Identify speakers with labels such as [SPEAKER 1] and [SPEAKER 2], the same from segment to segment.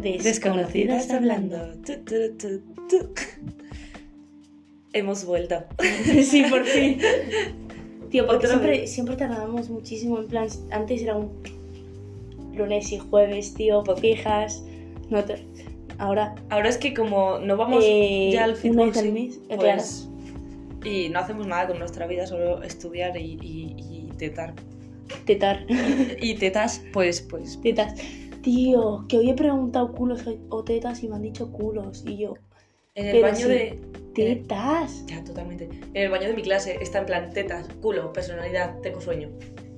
[SPEAKER 1] Desconocidas hablando. Hemos vuelto.
[SPEAKER 2] Sí, por fin. Tío, porque siempre tardábamos muchísimo. En plan, antes era un lunes y jueves, tío, fijas. No te... Ahora
[SPEAKER 1] es que como no vamos ya al
[SPEAKER 2] una vez al mes,
[SPEAKER 1] pues,
[SPEAKER 2] claro.
[SPEAKER 1] Y no hacemos nada con nuestra vida, solo estudiar y tetar. Y tetas, pues.
[SPEAKER 2] Tetas. Tío, que hoy he preguntado culos o tetas y me han dicho culos. Y yo...
[SPEAKER 1] En el baño de...
[SPEAKER 2] Tetas.
[SPEAKER 1] Ya, totalmente. En el baño de mi clase está en plan tetas, culo, personalidad, tengo sueño.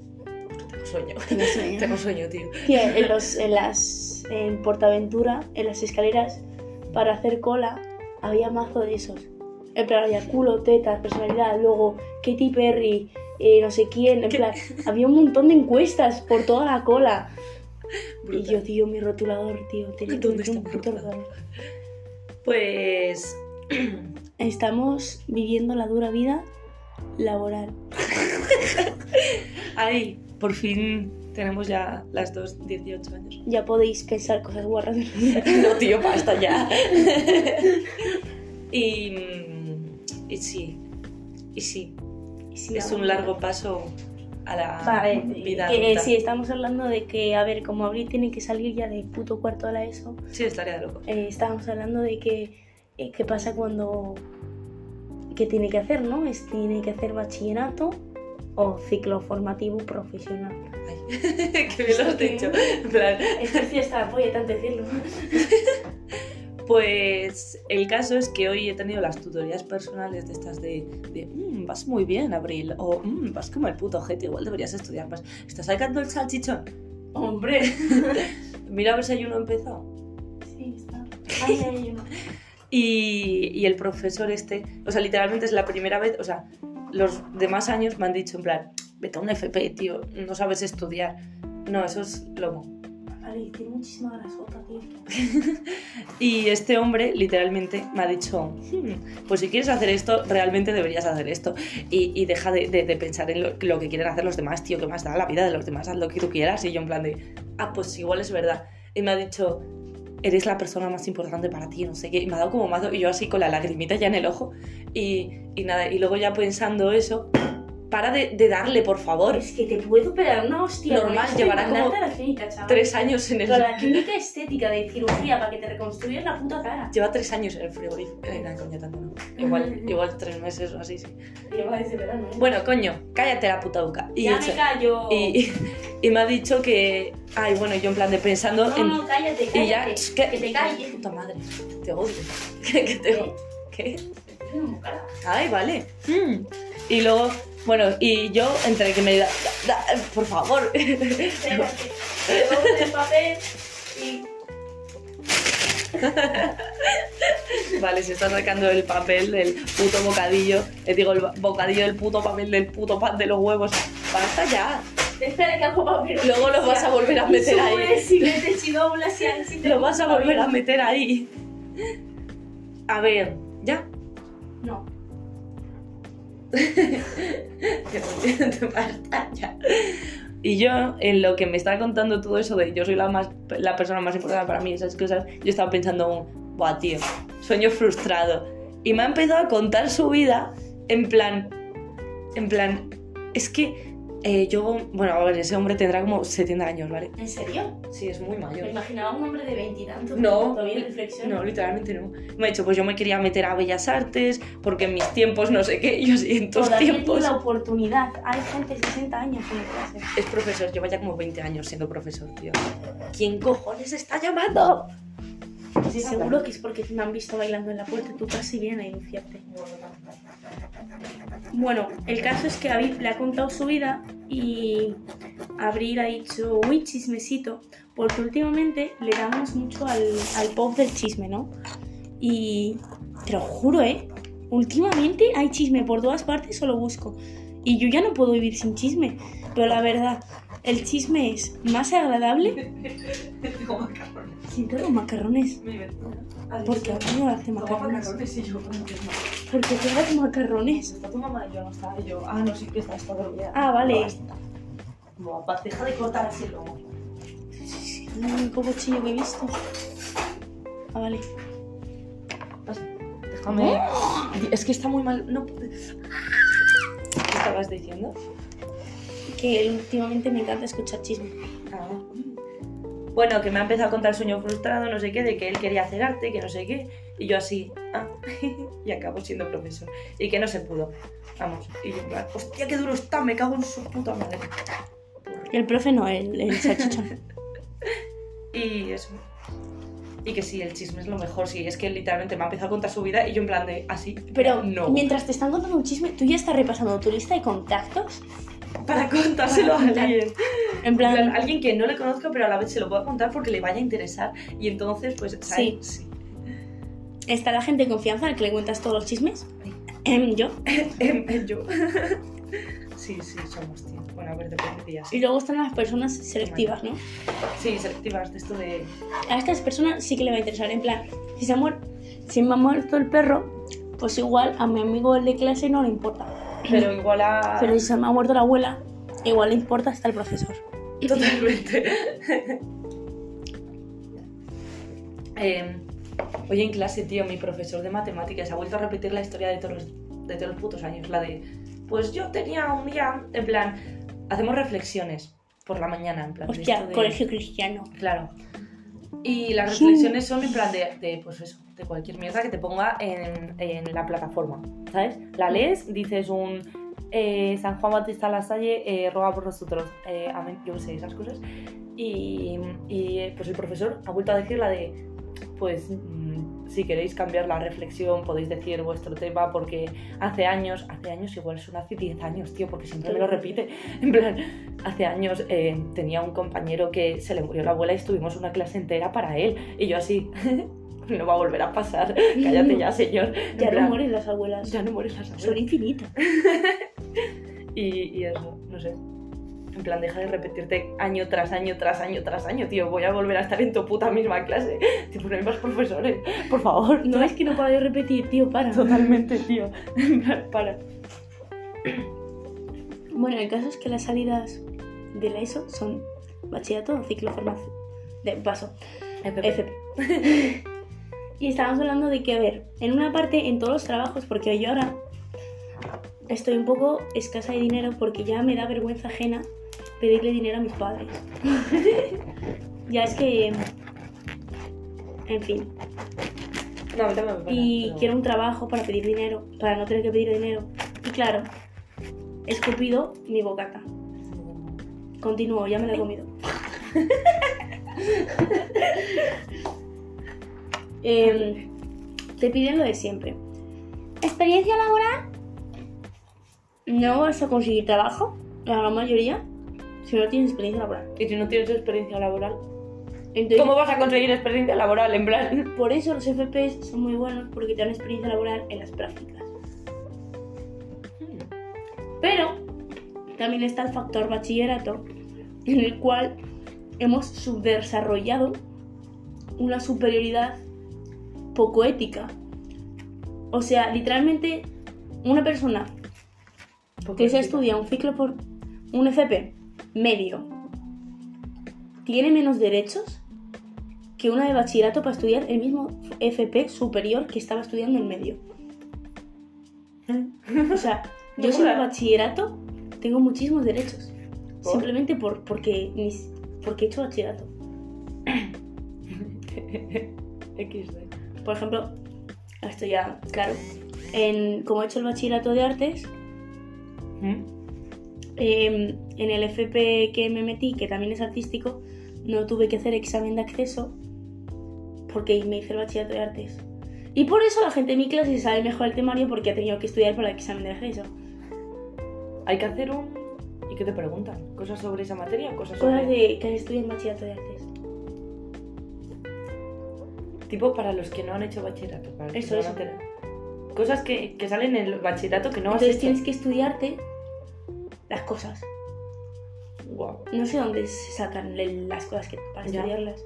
[SPEAKER 1] Tengo sueño, tío.
[SPEAKER 2] Tío, en Portaventura, en las escaleras, para hacer cola, había mazo de esos. En plan, había culo, tetas, personalidad, luego Katy Perry, no sé quién, en plan, había un montón de encuestas por toda la cola. Brutal. Y yo, tío, mi rotulador, tío, tenía
[SPEAKER 1] ¿Dónde
[SPEAKER 2] que
[SPEAKER 1] está
[SPEAKER 2] un
[SPEAKER 1] mi
[SPEAKER 2] puto
[SPEAKER 1] rotulador?
[SPEAKER 2] rotulador.
[SPEAKER 1] Pues...
[SPEAKER 2] Estamos viviendo la dura vida laboral.
[SPEAKER 1] Ay, por fin tenemos ya las dos 18 años.
[SPEAKER 2] Ya podéis pensar cosas guarras.
[SPEAKER 1] No, tío, basta ya. Y sí. Es un largo paso a la vida adulta.
[SPEAKER 2] Sí, estamos hablando de que, a ver, como Abril tiene que salir ya de puto cuarto de la ESO.
[SPEAKER 1] Sí, estaría de loco.
[SPEAKER 2] Estábamos hablando de que qué pasa cuando... ¿Qué tiene que hacer, no? Tiene que hacer bachillerato o ciclo formativo profesional.
[SPEAKER 1] Ay, qué bien lo has dicho. En plan...
[SPEAKER 2] Es que sí está polla tanto decirlo.
[SPEAKER 1] Pues el caso es que hoy he tenido las tutorías personales de estas de vas muy bien, Abril, o vas como el puto ojete, igual deberías estudiar más. ¿Estás sacando el salchichón?
[SPEAKER 2] ¡Hombre!
[SPEAKER 1] Mira a ver si hay uno empezado.
[SPEAKER 2] Sí, está. Hay uno.
[SPEAKER 1] Y el profesor o sea, literalmente es la primera vez, o sea, los demás años me han dicho en plan, vete a un FP, tío, no sabes estudiar. No, eso es lomo.
[SPEAKER 2] Vale, tiene muchísima grasota, tío.
[SPEAKER 1] Y este hombre literalmente me ha dicho, pues si quieres hacer esto, realmente deberías hacer esto. Y deja de pensar en lo que quieren hacer los demás, tío, que más da la vida de los demás, haz lo que tú quieras. Y yo en plan de, pues igual es verdad. Y me ha dicho, eres la persona más importante para ti, no sé qué. Y me ha dado como mazo, y yo así con la lagrimita ya en el ojo. Y nada, y luego ya pensando eso, para de darle, por favor.
[SPEAKER 2] Es que te puedo pegar una hostia.
[SPEAKER 1] Normal, llevará como
[SPEAKER 2] la clínica,
[SPEAKER 1] 3 años en el...
[SPEAKER 2] Con la clínica estética de cirugía para que te reconstruyas la puta cara.
[SPEAKER 1] Lleva 3 años en el frigorífico. No, coño, tanto no. Igual 3 meses o así, sí.
[SPEAKER 2] Lleva desde verano, ¿eh?
[SPEAKER 1] Bueno, coño, cállate la puta boca.
[SPEAKER 2] Y ya me callo.
[SPEAKER 1] Y me ha dicho que... Ay, bueno, yo en plan de pensando...
[SPEAKER 2] No, cállate.
[SPEAKER 1] Y ya...
[SPEAKER 2] Que te calles.
[SPEAKER 1] Puta madre, te odio. Que te odio. ¿Qué? Ay, vale. Y luego... Bueno, y yo entre que me da por favor.
[SPEAKER 2] Espérate. Te doy el papel y...
[SPEAKER 1] Vale, se está sacando el papel del puto bocadillo. Digo, el bocadillo del puto papel del puto pan de los huevos. Basta ya.
[SPEAKER 2] Espera que hago papel.
[SPEAKER 1] Luego lo vas a volver a meter ahí.
[SPEAKER 2] Lo
[SPEAKER 1] vas a volver a meter ahí. A ver, ¿ya?
[SPEAKER 2] No.
[SPEAKER 1] Basta ya. Y yo, en lo que me está contando todo eso de yo soy la persona más importante para mí, esas cosas, yo estaba pensando, buah, tío, sueño frustrado. Y me ha empezado a contar su vida en plan, es que bueno, a ver, ese hombre tendrá como 70 años, ¿vale?
[SPEAKER 2] ¿En serio?
[SPEAKER 1] Sí, es muy mayor.
[SPEAKER 2] Me imaginaba un hombre de 20 y tantos.
[SPEAKER 1] No,
[SPEAKER 2] todavía en reflexión.
[SPEAKER 1] No, literalmente no. Me ha dicho, pues yo me quería meter a Bellas Artes, porque en mis tiempos no sé qué, y yo sí, en tus
[SPEAKER 2] todavía
[SPEAKER 1] tiempos...
[SPEAKER 2] tiene la oportunidad. Hay gente de 60 años en mi clase.
[SPEAKER 1] Es profesor, lleva ya como 20 años siendo profesor, tío. ¿Quién cojones está llamando?
[SPEAKER 2] Sí, seguro que es porque me han visto bailando en la puerta de tu casa y vienen a denunciarte. Bueno, el caso es que Aviv le ha contado su vida y Abril ha dicho, uy, chismecito, porque últimamente le damos mucho al pop del chisme, ¿no? Y te lo juro, últimamente hay chisme por todas partes, solo busco. Y yo ya no puedo vivir sin chisme, pero la verdad, el chisme es más agradable.
[SPEAKER 1] Tengo macarrones.
[SPEAKER 2] ¿Quién te da macarrones?
[SPEAKER 1] Mi vecina.
[SPEAKER 2] ¿Por qué Abril no hace macarrones?
[SPEAKER 1] macarrones y yo como que no.
[SPEAKER 2] ¿Por qué te hace macarrones?
[SPEAKER 1] Está tu mamá y yo no estaba yo. Ah, no, sí que está dormida.
[SPEAKER 2] Ah, vale.
[SPEAKER 1] Como deja de cortar así luego.
[SPEAKER 2] Un poco chillo que he visto. Ah, vale.
[SPEAKER 1] Déjame... Es que está muy mal... No puedes... ¿Qué estabas diciendo?
[SPEAKER 2] Que últimamente me encanta escuchar chisme.
[SPEAKER 1] Ah. Bueno, que me ha empezado a contar el sueño frustrado, no sé qué, de que él quería hacer arte, que no sé qué, y yo así, y acabo siendo profesor. Y que no se pudo. Vamos, y yo en plan, hostia, qué duro está, me cago en su puta madre.
[SPEAKER 2] El profe no, el salchichón.
[SPEAKER 1] Y eso. Y que sí, el chisme es lo mejor, sí, es que literalmente me ha empezado a contar su vida y yo en plan de, así,
[SPEAKER 2] Pero
[SPEAKER 1] no.
[SPEAKER 2] mientras te están contando un chisme, tú ya estás repasando tu lista de contactos.
[SPEAKER 1] Para contárselo a alguien.
[SPEAKER 2] En plan,
[SPEAKER 1] alguien que no le conozca, pero a la vez se lo pueda contar porque le vaya a interesar. Y entonces, pues, ¿sabes? Sí.
[SPEAKER 2] Está la gente de confianza al que le cuentas todos los chismes. Yo.
[SPEAKER 1] Yo. Sí, somos, tío. Bueno, a ver, depende de días.
[SPEAKER 2] Y luego están las personas selectivas, ¿no?
[SPEAKER 1] Sí, selectivas, de esto de...
[SPEAKER 2] A estas personas sí que le va a interesar. En plan, si me ha muerto el perro, pues igual a mi amigo de clase no le importa.
[SPEAKER 1] Pero igual a...
[SPEAKER 2] Pero si se me ha muerto la abuela, igual le importa hasta el profesor.
[SPEAKER 1] Totalmente. Hoy en clase, tío, mi profesor de matemáticas ha vuelto a repetir la historia de todos los putos años. La de, pues yo tenía un día, en plan, hacemos reflexiones por la mañana, en plan.
[SPEAKER 2] Hostia, de... colegio cristiano.
[SPEAKER 1] Claro. Y las reflexiones son en plan de pues eso, de cualquier mierda que te ponga en la plataforma, ¿sabes? La lees, dices un San Juan Bautista Lasalle ruega por nosotros, amén, yo sé, esas cosas. Y pues el profesor ha vuelto a decir la de, pues si queréis cambiar la reflexión podéis decir vuestro tema, porque hace años igual son hace 10 años, tío, porque siempre me lo repite, en plan, hace años tenía un compañero que se le murió la abuela y estuvimos una clase entera para él, y yo así, no va a volver a pasar, cállate ya, señor.
[SPEAKER 2] Ya no mueren las abuelas.
[SPEAKER 1] Ya no mueren las abuelas.
[SPEAKER 2] Son infinitas.
[SPEAKER 1] y eso, no sé. En plan, deja de repetirte año tras año, tras año, tras año, tío. Voy a volver a estar en tu puta misma clase. Tipo, no hay más profesores. Por favor.
[SPEAKER 2] No es que no paro de repetir, tío, para.
[SPEAKER 1] Totalmente, tío. En plan, para.
[SPEAKER 2] Bueno, el caso es que las salidas de la ESO son bachillerato o ciclo formación. FP. Y estábamos hablando de que, a ver, en una parte, en todos los trabajos, porque yo ahora estoy un poco escasa de dinero porque ya me da vergüenza ajena pedirle dinero a mis padres. Ya es que... En fin.
[SPEAKER 1] No, me tengo que
[SPEAKER 2] y quiero un trabajo para pedir dinero, para no tener que pedir dinero. Y claro, he escupido mi bocata. Continúo, ya me la he comido. Te piden lo de siempre. ¿Experiencia laboral? No vas a conseguir trabajo, la gran mayoría, si no tienes experiencia laboral.
[SPEAKER 1] Y si no tienes experiencia laboral,
[SPEAKER 2] entonces,
[SPEAKER 1] ¿cómo vas a conseguir experiencia laboral? En plan...
[SPEAKER 2] Por eso los FPs son muy buenos, porque te dan experiencia laboral en las prácticas. Pero también está el factor bachillerato, en el cual hemos subdesarrollado una superioridad poco ética. O sea, literalmente, una persona que se estudia un ciclo por un FP medio tiene menos derechos que una de bachillerato para estudiar el mismo FP superior que estaba estudiando en medio. O sea, yo soy de bachillerato, tengo muchísimos derechos.
[SPEAKER 1] ¿Por?
[SPEAKER 2] Simplemente porque he hecho bachillerato.
[SPEAKER 1] XD.
[SPEAKER 2] Por ejemplo, esto ya, claro, como he hecho el bachillerato de artes, en el FP que me metí, que también es artístico, no tuve que hacer examen de acceso porque me hice el bachillerato de artes. Y por eso la gente de mi clase sabe mejor el temario, porque ha tenido que estudiar para el examen de acceso.
[SPEAKER 1] Hay que hacer un... ¿Y qué te preguntan? ¿Cosas sobre esa materia o cosas
[SPEAKER 2] Cosas
[SPEAKER 1] sobre...?
[SPEAKER 2] de que estudian bachillerato de artes.
[SPEAKER 1] Tipo para los que no han hecho bachillerato. Para los
[SPEAKER 2] Eso,
[SPEAKER 1] que no
[SPEAKER 2] eso.
[SPEAKER 1] han tenido. Cosas que salen en el bachillerato que no has
[SPEAKER 2] Entonces
[SPEAKER 1] hecho.
[SPEAKER 2] tienes que estudiarte las cosas.
[SPEAKER 1] Wow.
[SPEAKER 2] No sé dónde se sacan las cosas para
[SPEAKER 1] Ya.
[SPEAKER 2] estudiarlas.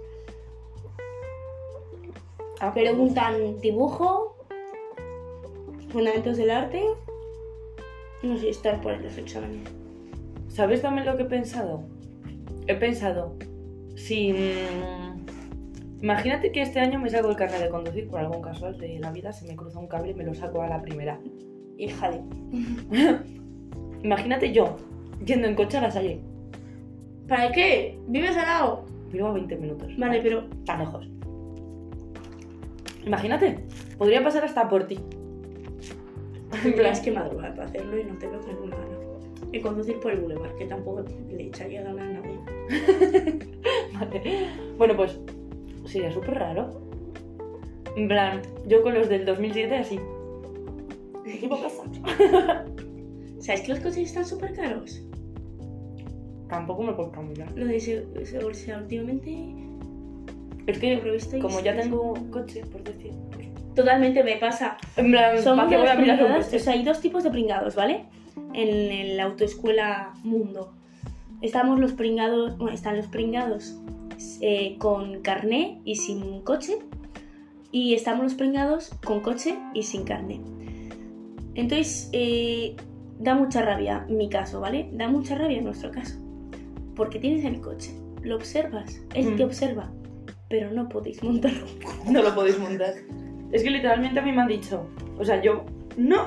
[SPEAKER 1] Ah,
[SPEAKER 2] Preguntan dibujo, fundamentos del arte. No sé, están por los exámenes.
[SPEAKER 1] ¿Sabes también lo que he pensado? He pensado, si Imagínate que este año me saco el carnet de conducir por algún casual de la vida, se me cruza un cable y me lo saco a la primera.
[SPEAKER 2] Hija de...
[SPEAKER 1] Imagínate yo, yendo en coche a la Salle.
[SPEAKER 2] ¿Para qué? ¿Vives al lado?
[SPEAKER 1] Vivo a 20 minutos.
[SPEAKER 2] Vale, pero...
[SPEAKER 1] Tan lejos. Imagínate, podría pasar hasta por ti.
[SPEAKER 2] En plan, es que madrugar para hacerlo y no tengo ninguna gana. Y conducir por el boulevard, que tampoco le echaría ganas a nadie.
[SPEAKER 1] Vale. Bueno, pues sería súper raro. En plan, yo con los del 2007 así. ¿Qué pasa?
[SPEAKER 2] ¿Sabes que los coches están súper caros?
[SPEAKER 1] Tampoco me puedo cambiar.
[SPEAKER 2] Lo de o sea, últimamente...
[SPEAKER 1] Es que,
[SPEAKER 2] Lo visteis,
[SPEAKER 1] como ya
[SPEAKER 2] sí,
[SPEAKER 1] tengo
[SPEAKER 2] sí.
[SPEAKER 1] coche, por decir, pues...
[SPEAKER 2] Totalmente me pasa.
[SPEAKER 1] En plan,
[SPEAKER 2] Somos
[SPEAKER 1] ¿para qué voy a mirar un
[SPEAKER 2] pringadas,
[SPEAKER 1] coche?
[SPEAKER 2] o sea, hay dos tipos de pringados, ¿vale? En la autoescuela Mundo. Estamos los pringados, bueno, están los pringados con carné y sin coche. Y estamos los pringados con coche y sin carné. Entonces, da mucha rabia mi caso, ¿vale? Da mucha rabia nuestro caso. Porque tienes el coche, lo observas, él te observa, pero no podéis montarlo.
[SPEAKER 1] No lo podéis montar. Es que literalmente a mí me han dicho, o sea, yo, ¡no!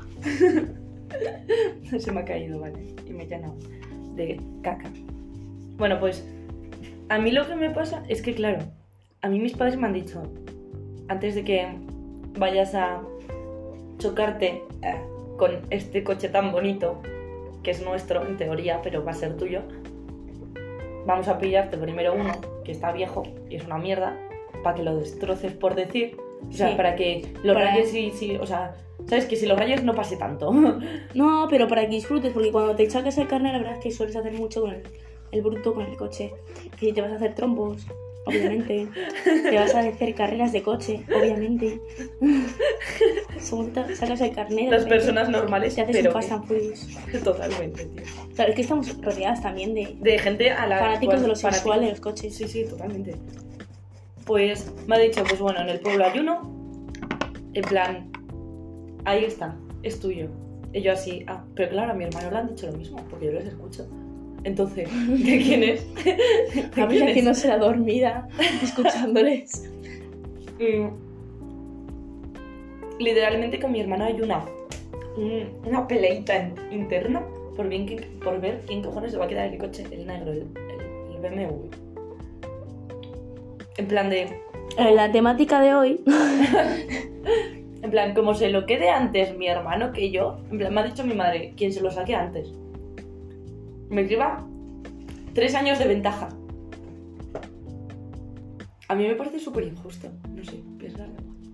[SPEAKER 1] Se me ha caído, vale, y me he llenado de caca. Bueno, pues, a mí lo que me pasa es que, claro, a mí mis padres me han dicho, antes de que vayas a chocarte con este coche tan bonito, que es nuestro en teoría, pero va a ser tuyo, vamos a pillarte primero uno que está viejo y es una mierda, para que lo destroces, por decir, o sea,
[SPEAKER 2] Sí.
[SPEAKER 1] para que lo rayes y, o sea, sabes que si lo rayes no pase tanto.
[SPEAKER 2] No, pero para que disfrutes, porque cuando te sacas el carnet, la verdad es que sueles hacer mucho con el bruto, con el coche. Que si te vas a hacer trombos, obviamente. Te vas a hacer carreras de coche, obviamente. Sacas el carnet.
[SPEAKER 1] Las personas normales,
[SPEAKER 2] te haces
[SPEAKER 1] pero
[SPEAKER 2] un Fast and Furious.
[SPEAKER 1] totalmente, tío.
[SPEAKER 2] Claro, es que estamos rodeadas también de
[SPEAKER 1] gente a la
[SPEAKER 2] fanáticos de lo
[SPEAKER 1] fanáticos.
[SPEAKER 2] sexual de los coches.
[SPEAKER 1] Sí, sí, totalmente. Pues me ha dicho, pues bueno, en el pueblo hay uno, en plan, ahí está, es tuyo. Y yo así, pero claro, a mi hermano le han dicho lo mismo, porque yo les escucho. Entonces, ¿de quién es? ¿De
[SPEAKER 2] A mí
[SPEAKER 1] quién es?
[SPEAKER 2] haciéndose la dormida, escuchándoles.
[SPEAKER 1] Literalmente con mi hermano hay una peleita interna por ver quién cojones se va a quedar el coche, el negro, el BMW. En plan de...
[SPEAKER 2] La temática de hoy...
[SPEAKER 1] En plan, como se lo quede antes mi hermano que yo, en plan, me ha dicho mi madre, quien se lo saque antes. Me lleva 3 años de ventaja. A mí me parece súper injusto. No sé, piénsalo.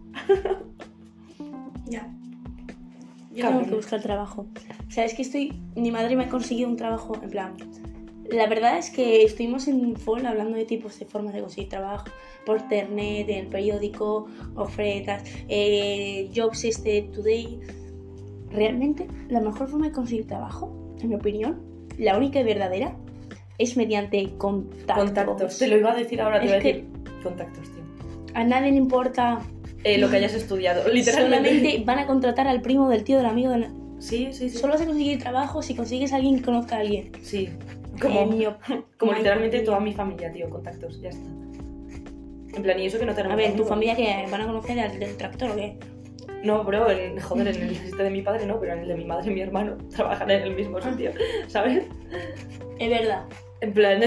[SPEAKER 2] Ya. Yo
[SPEAKER 1] Cabrón.
[SPEAKER 2] tengo que buscar trabajo. O sea, es que mi madre me ha conseguido un trabajo, en plan... La verdad es que estuvimos en FOL hablando de tipos de formas de conseguir trabajo. Por internet, en el periódico, ofertas, Jobs Today. Realmente, la mejor forma de conseguir trabajo, en mi opinión, la única y verdadera, es mediante contactos.
[SPEAKER 1] Te lo iba a decir ahora, te
[SPEAKER 2] Es
[SPEAKER 1] iba a
[SPEAKER 2] que-
[SPEAKER 1] decir contactos, tío.
[SPEAKER 2] A nadie le importa.
[SPEAKER 1] Lo que hayas estudiado, literalmente.
[SPEAKER 2] Solamente van a contratar al primo, del tío, del amigo.
[SPEAKER 1] Sí.
[SPEAKER 2] Solo vas a conseguir trabajo si consigues a alguien que conozca a alguien.
[SPEAKER 1] Sí. Como
[SPEAKER 2] Como
[SPEAKER 1] literalmente toda mi familia, tío, contactos, ya está. En plan, y eso que no tenemos
[SPEAKER 2] A ver, ¿tu
[SPEAKER 1] amigos.
[SPEAKER 2] familia que van a conocer al del tractor o qué?
[SPEAKER 1] No, bro, en el este de mi padre no, pero en el de mi madre y mi hermano trabajan en el mismo sitio, ¿sabes?
[SPEAKER 2] Es verdad.
[SPEAKER 1] En plan,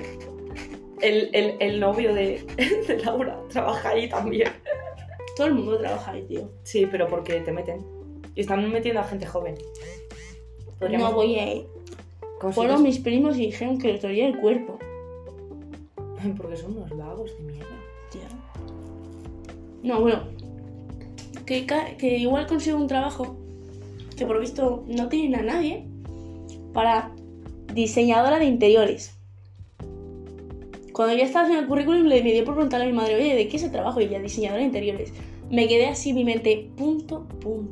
[SPEAKER 1] el novio de Laura trabaja ahí también.
[SPEAKER 2] Todo el mundo trabaja ahí, tío.
[SPEAKER 1] Sí, pero porque te meten. Y están metiendo a gente joven.
[SPEAKER 2] No voy a ir.
[SPEAKER 1] consigues-
[SPEAKER 2] Fueron mis primos y dijeron que les dolía el cuerpo.
[SPEAKER 1] Porque son unos vagos de mierda.
[SPEAKER 2] Tío. No, bueno. Que igual consigo un trabajo que por lo visto no tienen a nadie para diseñadora de interiores. Cuando ya estabas en el currículum me dio por preguntarle a mi madre, oye, ¿de qué es el trabajo? Y ella, diseñadora de interiores. Me quedé así en mi mente, punto.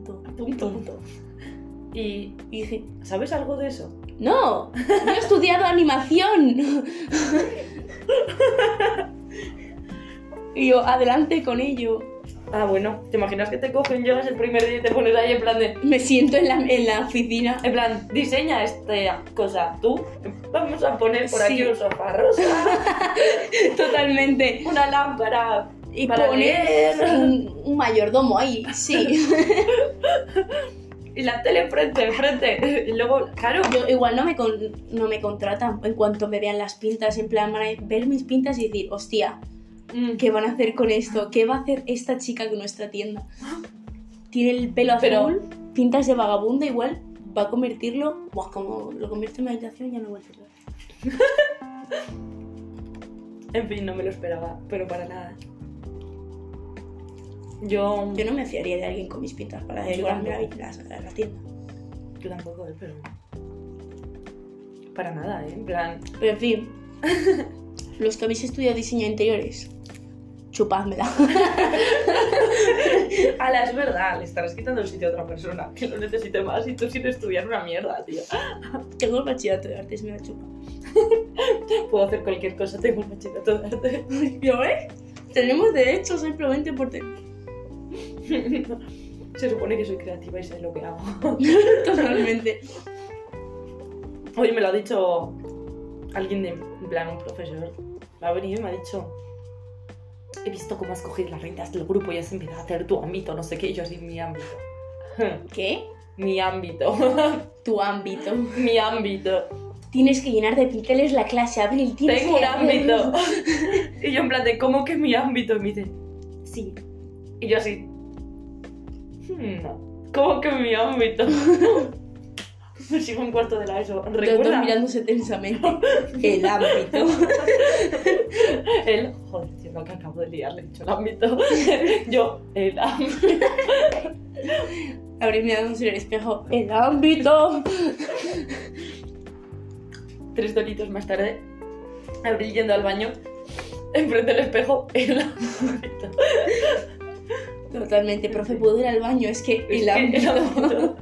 [SPEAKER 1] Y
[SPEAKER 2] Y dije,
[SPEAKER 1] ¿sabes algo de eso?
[SPEAKER 2] ¡no! Yo he estudiado animación. Y yo, adelante con ello.
[SPEAKER 1] Ah, bueno, ¿te imaginas que te cogen, llegas el primer día y te pones ahí en plan de...
[SPEAKER 2] Me siento en la oficina.
[SPEAKER 1] En plan, diseña esta cosa tú, vamos a poner por aquí un sofá rosa,
[SPEAKER 2] Totalmente.
[SPEAKER 1] una lámpara
[SPEAKER 2] Y
[SPEAKER 1] para
[SPEAKER 2] poner
[SPEAKER 1] leer,
[SPEAKER 2] un mayordomo ahí, sí.
[SPEAKER 1] y la tele enfrente. Y luego, claro,
[SPEAKER 2] Yo igual no me contratan en cuanto me vean las pintas, en plan, van a ver mis pintas y decir, hostia, ¿qué van a hacer con esto? ¿Qué va a hacer esta chica con nuestra tienda? Tiene el pelo azul, pintas de vagabunda, igual va a convertirlo... Buah, como lo convierte en meditación ya no voy a hacerlo.
[SPEAKER 1] en fin, no me lo esperaba, pero para nada. Yo
[SPEAKER 2] Yo no me fiaría de alguien con mis pintas para decorarme la tienda.
[SPEAKER 1] Yo tampoco, pero... Para nada, en plan...
[SPEAKER 2] Pero en fin, los que habéis estudiado diseño de interiores, chupádmela.
[SPEAKER 1] Ala, es verdad, le estarás quitando el sitio a otra persona que lo necesite más y tú sin estudiar una mierda, tío.
[SPEAKER 2] Tengo el bachillerato de artes, me la chupa.
[SPEAKER 1] Puedo hacer cualquier cosa, tengo un bachillerato de arte.
[SPEAKER 2] ¿Yo tenemos derecho simplemente por...
[SPEAKER 1] Se supone que soy creativa y sé lo que hago.
[SPEAKER 2] Totalmente.
[SPEAKER 1] Hoy me lo ha dicho alguien de, en plan, un profesor. Me ha venido y me ha dicho: he visto cómo has cogido las riendas del grupo y has empezado a hacer tu ámbito, no sé qué. Y yo así, mi ámbito.
[SPEAKER 2] ¿Qué?
[SPEAKER 1] Mi ámbito.
[SPEAKER 2] Tu ámbito.
[SPEAKER 1] Mi ámbito.
[SPEAKER 2] Tienes que llenar de pinceles la clase, Abril.
[SPEAKER 1] Tengo un ámbito. Y yo en plan de, ¿cómo que mi ámbito? Y me dice, sí. Y yo así, no. ¿Cómo que mi ámbito? Me sigo en cuarto de la ESO.
[SPEAKER 2] Los dos
[SPEAKER 1] ¿Recuerda?
[SPEAKER 2] mirándose tensamente. El ámbito.
[SPEAKER 1] Él, joder, tío, lo que acabo de liar, le he dicho el ámbito. Yo, el ámbito.
[SPEAKER 2] Abril mirándose en el espejo. El ámbito.
[SPEAKER 1] 3 doritos más tarde, Abril yendo al baño, enfrente del espejo, el ámbito.
[SPEAKER 2] Totalmente, profe, ¿puedo ir al baño? Es que el
[SPEAKER 1] El
[SPEAKER 2] ámbito.
[SPEAKER 1] ámbito.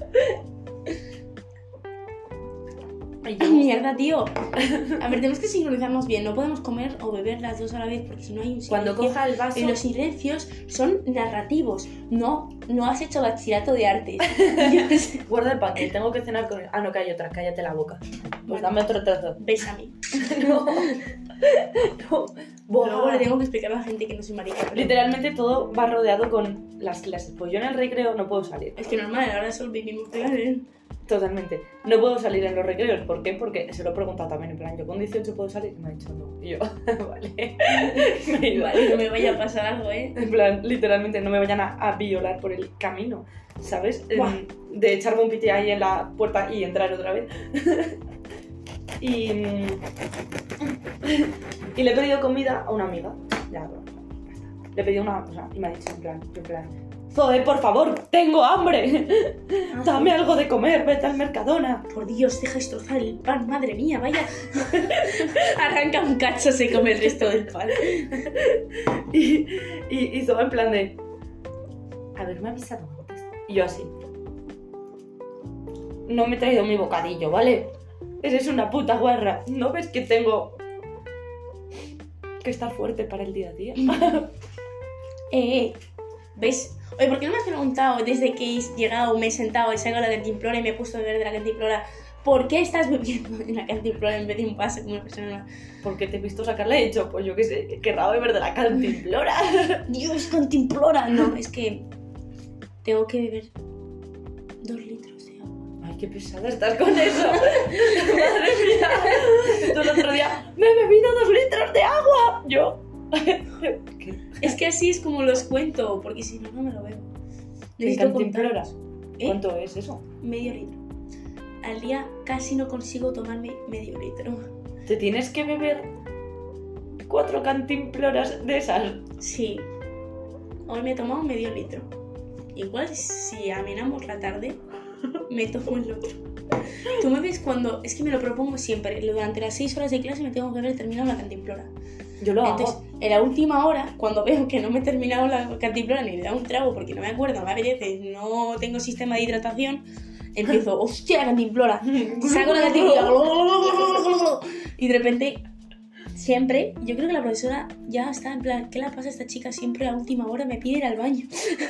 [SPEAKER 1] Ay, yo-
[SPEAKER 2] Mierda, tío. A ver, tenemos que sincronizarnos bien. No podemos comer o beber las dos a la vez porque si no hay un silencio.
[SPEAKER 1] Cuando coja el vaso...
[SPEAKER 2] Y los silencios son narrativos. No has hecho bachillerato de artes.
[SPEAKER 1] Guarda el pan, que tengo que cenar con él. Ah, no, que hay otra, cállate la boca. Pues
[SPEAKER 2] Bueno.
[SPEAKER 1] dame otro trozo.
[SPEAKER 2] Bésame.
[SPEAKER 1] No. No.
[SPEAKER 2] Luego le tengo que explicar a la gente que no soy marica. pero-
[SPEAKER 1] Literalmente todo va rodeado con las clases. Pues yo en el recreo no puedo salir.
[SPEAKER 2] Es que normal, ahora solo vivimos de
[SPEAKER 1] Totalmente. No puedo salir en los recreos. ¿Por qué? Porque se lo he preguntado también. En plan, ¿yo con 18 puedo salir? Y me ha dicho no. Y yo, vale. Me he ido.
[SPEAKER 2] Vale, no me vaya a pasar algo,
[SPEAKER 1] En plan, literalmente no me vayan a violar por el camino, ¿sabes?
[SPEAKER 2] Buah.
[SPEAKER 1] De echarme un piti ahí en la puerta y entrar otra vez. y le he pedido comida a una amiga. Ya, bueno, ya está. Le he pedido una cosa y me ha dicho en plan, Zoe, por favor, tengo hambre. Dame algo de comer, vete al Mercadona.
[SPEAKER 2] Por Dios, deja destrozar el pan, madre mía, vaya. Arranca un cacho, se come el resto del pan.
[SPEAKER 1] Y Zoe en plan de, haberme avisado antes. Y yo así, no me he traído mi bocadillo, ¿vale? Eres una puta guarra. ¿No ves que tengo que estar fuerte para el día a día?
[SPEAKER 2] ¿Ves? Oye, ¿por qué no me has preguntado desde que he llegado, me he sentado, he sacado la cantimplora y me he puesto a beber de la cantimplora? ¿Por qué estás bebiendo en la cantimplora en vez de un vaso como una persona?
[SPEAKER 1] Porque te he visto sacarle y he dicho, pues yo qué sé, que querrá beber de la cantimplora.
[SPEAKER 2] Dios, cantimplora. No, es que tengo que beber 2 litros de agua.
[SPEAKER 1] Ay, qué pesada estás con eso. Madre mía. Esto el otro día, me he bebido 2 litros de agua. Yo... ¿Qué?
[SPEAKER 2] Es que así es como los cuento, porque si no, no me lo bebo.
[SPEAKER 1] ¿En
[SPEAKER 2] Necesito
[SPEAKER 1] cantimplora?
[SPEAKER 2] contarlos.
[SPEAKER 1] ¿Cuánto es eso?
[SPEAKER 2] Medio litro. Al día casi no consigo tomarme medio litro.
[SPEAKER 1] Te tienes que beber 4 cantimploras de esas.
[SPEAKER 2] Sí. Hoy me he tomado medio litro. Igual si amenamos la tarde, me tomo el otro. Tú me ves cuando... Es que me lo propongo siempre. Durante las 6 horas de clase me tengo que haber terminado la cantimplora.
[SPEAKER 1] Yo lo
[SPEAKER 2] Entonces,
[SPEAKER 1] hago.
[SPEAKER 2] en la última hora, cuando veo que no me he terminado la cantimplora ni le da un trago porque no me acuerdo, no me apetece, no tengo sistema de hidratación, empiezo, ¡hostia, la cantimplora! Saco la cantimplora y de repente siempre, yo creo que la profesora ya está en plan, ¿qué le pasa a esta chica? Siempre a última hora me pide ir al baño.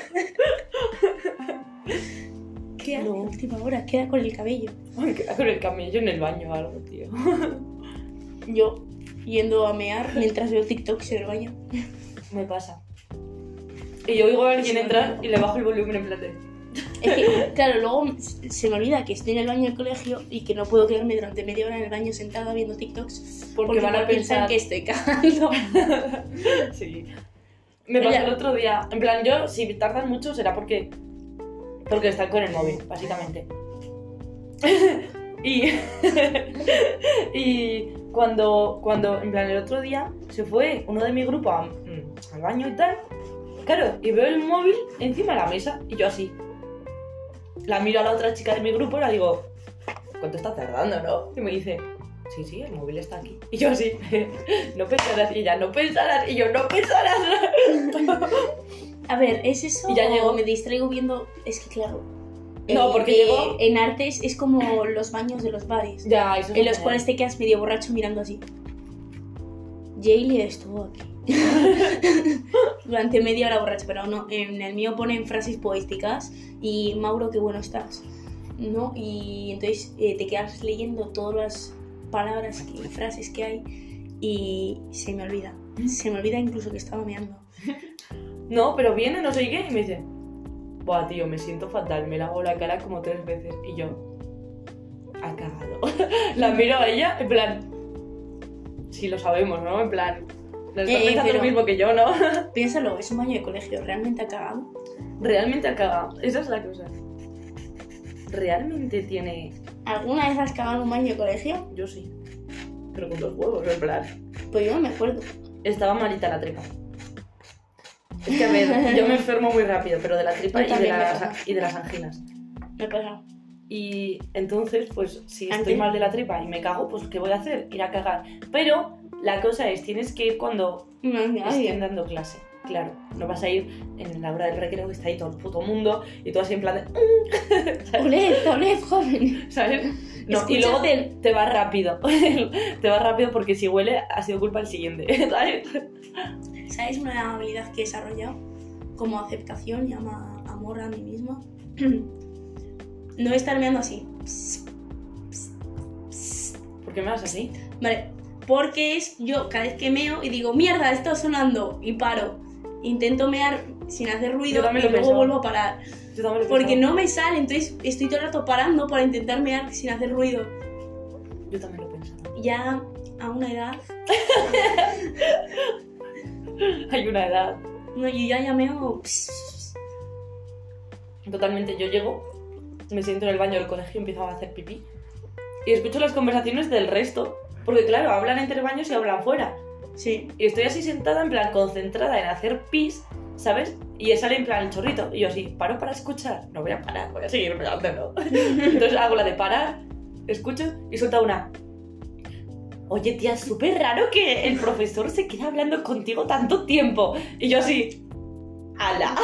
[SPEAKER 2] ¿Qué hace a última hora? Queda con el cabello.
[SPEAKER 1] Ay, queda con el cabello en el baño o algo, tío.
[SPEAKER 2] Yo yendo a mear mientras veo TikToks en el baño.
[SPEAKER 1] Me pasa. Y yo oigo a alguien entrar y le bajo el volumen en plan de...
[SPEAKER 2] Es que, claro, luego se me olvida que estoy en el baño del colegio y que no puedo quedarme durante media hora en el baño sentada viendo TikToks porque van a pensar que estoy cagando.
[SPEAKER 1] Sí. Me pasó el otro día. En plan, yo, si tardan mucho, será porque están con el móvil, básicamente. y cuando, en plan, el otro día se fue uno de mi grupo al baño y tal. Claro, y veo el móvil encima de la mesa y yo así. La miro a la otra chica de mi grupo y la digo, ¿cuánto está tardando, no? Y me dice, sí, el móvil está aquí. Y yo así, no pensarás. Y ella, no pensarás. Y yo, no pensarás.
[SPEAKER 2] A ver, ¿es eso?
[SPEAKER 1] Y ya llegó.
[SPEAKER 2] Me distraigo viendo. Es que claro.
[SPEAKER 1] No, porque llegó.
[SPEAKER 2] En artes es como los baños de los bares.
[SPEAKER 1] Ya, eso es
[SPEAKER 2] en los cuales te quedas medio borracho mirando así. Jaylee estuvo aquí. Durante media hora borracho, pero no. En el mío ponen frases poéticas y Mauro, qué bueno estás. ¿No? Y entonces te quedas leyendo todas las palabras y frases que hay y se me olvida. Se me olvida incluso que estaba meando.
[SPEAKER 1] No, pero viene, no sé qué, y me dice, buah, tío, me siento fatal, me lavo la cara como 3 veces. Y yo, ha cagado. La miro a ella, en plan, sí lo sabemos, ¿no? En plan, no estás pensando lo mismo que yo, ¿no?
[SPEAKER 2] Piénsalo, es un baño de colegio, ¿realmente ha cagado?
[SPEAKER 1] Realmente ha cagado, esa es la cosa. ¿Realmente tiene...?
[SPEAKER 2] ¿Alguna vez has cagado en un baño de colegio?
[SPEAKER 1] Yo sí, pero con 2 huevos, en plan.
[SPEAKER 2] Pues yo no me acuerdo.
[SPEAKER 1] Estaba malita la tripa. Es que a ver, yo me enfermo muy rápido, pero de la tripa y de las anginas.
[SPEAKER 2] Me pasa.
[SPEAKER 1] Y entonces, pues, si estoy mal de la tripa y me cago, pues, ¿qué voy a hacer? Ir a cagar. Pero la cosa es, tienes que ir cuando estén dando clase. Claro, no vas a ir en la hora del recreo que está ahí todo el puto mundo y tú así en plan de...
[SPEAKER 2] ¡Oled, joven!
[SPEAKER 1] ¿Sabes? No, y luego te va rápido. Te va rápido porque si huele ha sido culpa del siguiente, ¿sabes?
[SPEAKER 2] ¿Sabes una habilidad que he desarrollado? Como aceptación, llama amor a mí misma. No estar meando así.
[SPEAKER 1] ¿Por qué me vas así?
[SPEAKER 2] Vale, porque es yo cada vez que meo y digo, mierda, está sonando, y paro. Intento mear sin hacer ruido y luego vuelvo a parar. Porque no me sale, entonces estoy todo el rato parando para intentar mear sin hacer ruido.
[SPEAKER 1] Yo también lo he pensado.
[SPEAKER 2] Ya a una edad...
[SPEAKER 1] Hay una edad.
[SPEAKER 2] No, yo ya llameo...
[SPEAKER 1] Totalmente, yo llego, me siento en el baño del colegio y empiezo a hacer pipí. Y escucho las conversaciones del resto. Porque claro, hablan entre baños y hablan fuera.
[SPEAKER 2] Sí.
[SPEAKER 1] Y estoy así sentada, en plan, concentrada en hacer pis, ¿sabes? Y sale en plan el chorrito. Y yo así, ¿paro para escuchar? No voy a parar, voy a seguir meando. Entonces hago la de parar, escucho y suelta una... Oye, tía, es súper raro que el profesor se quede hablando contigo tanto tiempo. Y yo así... ¡Hala!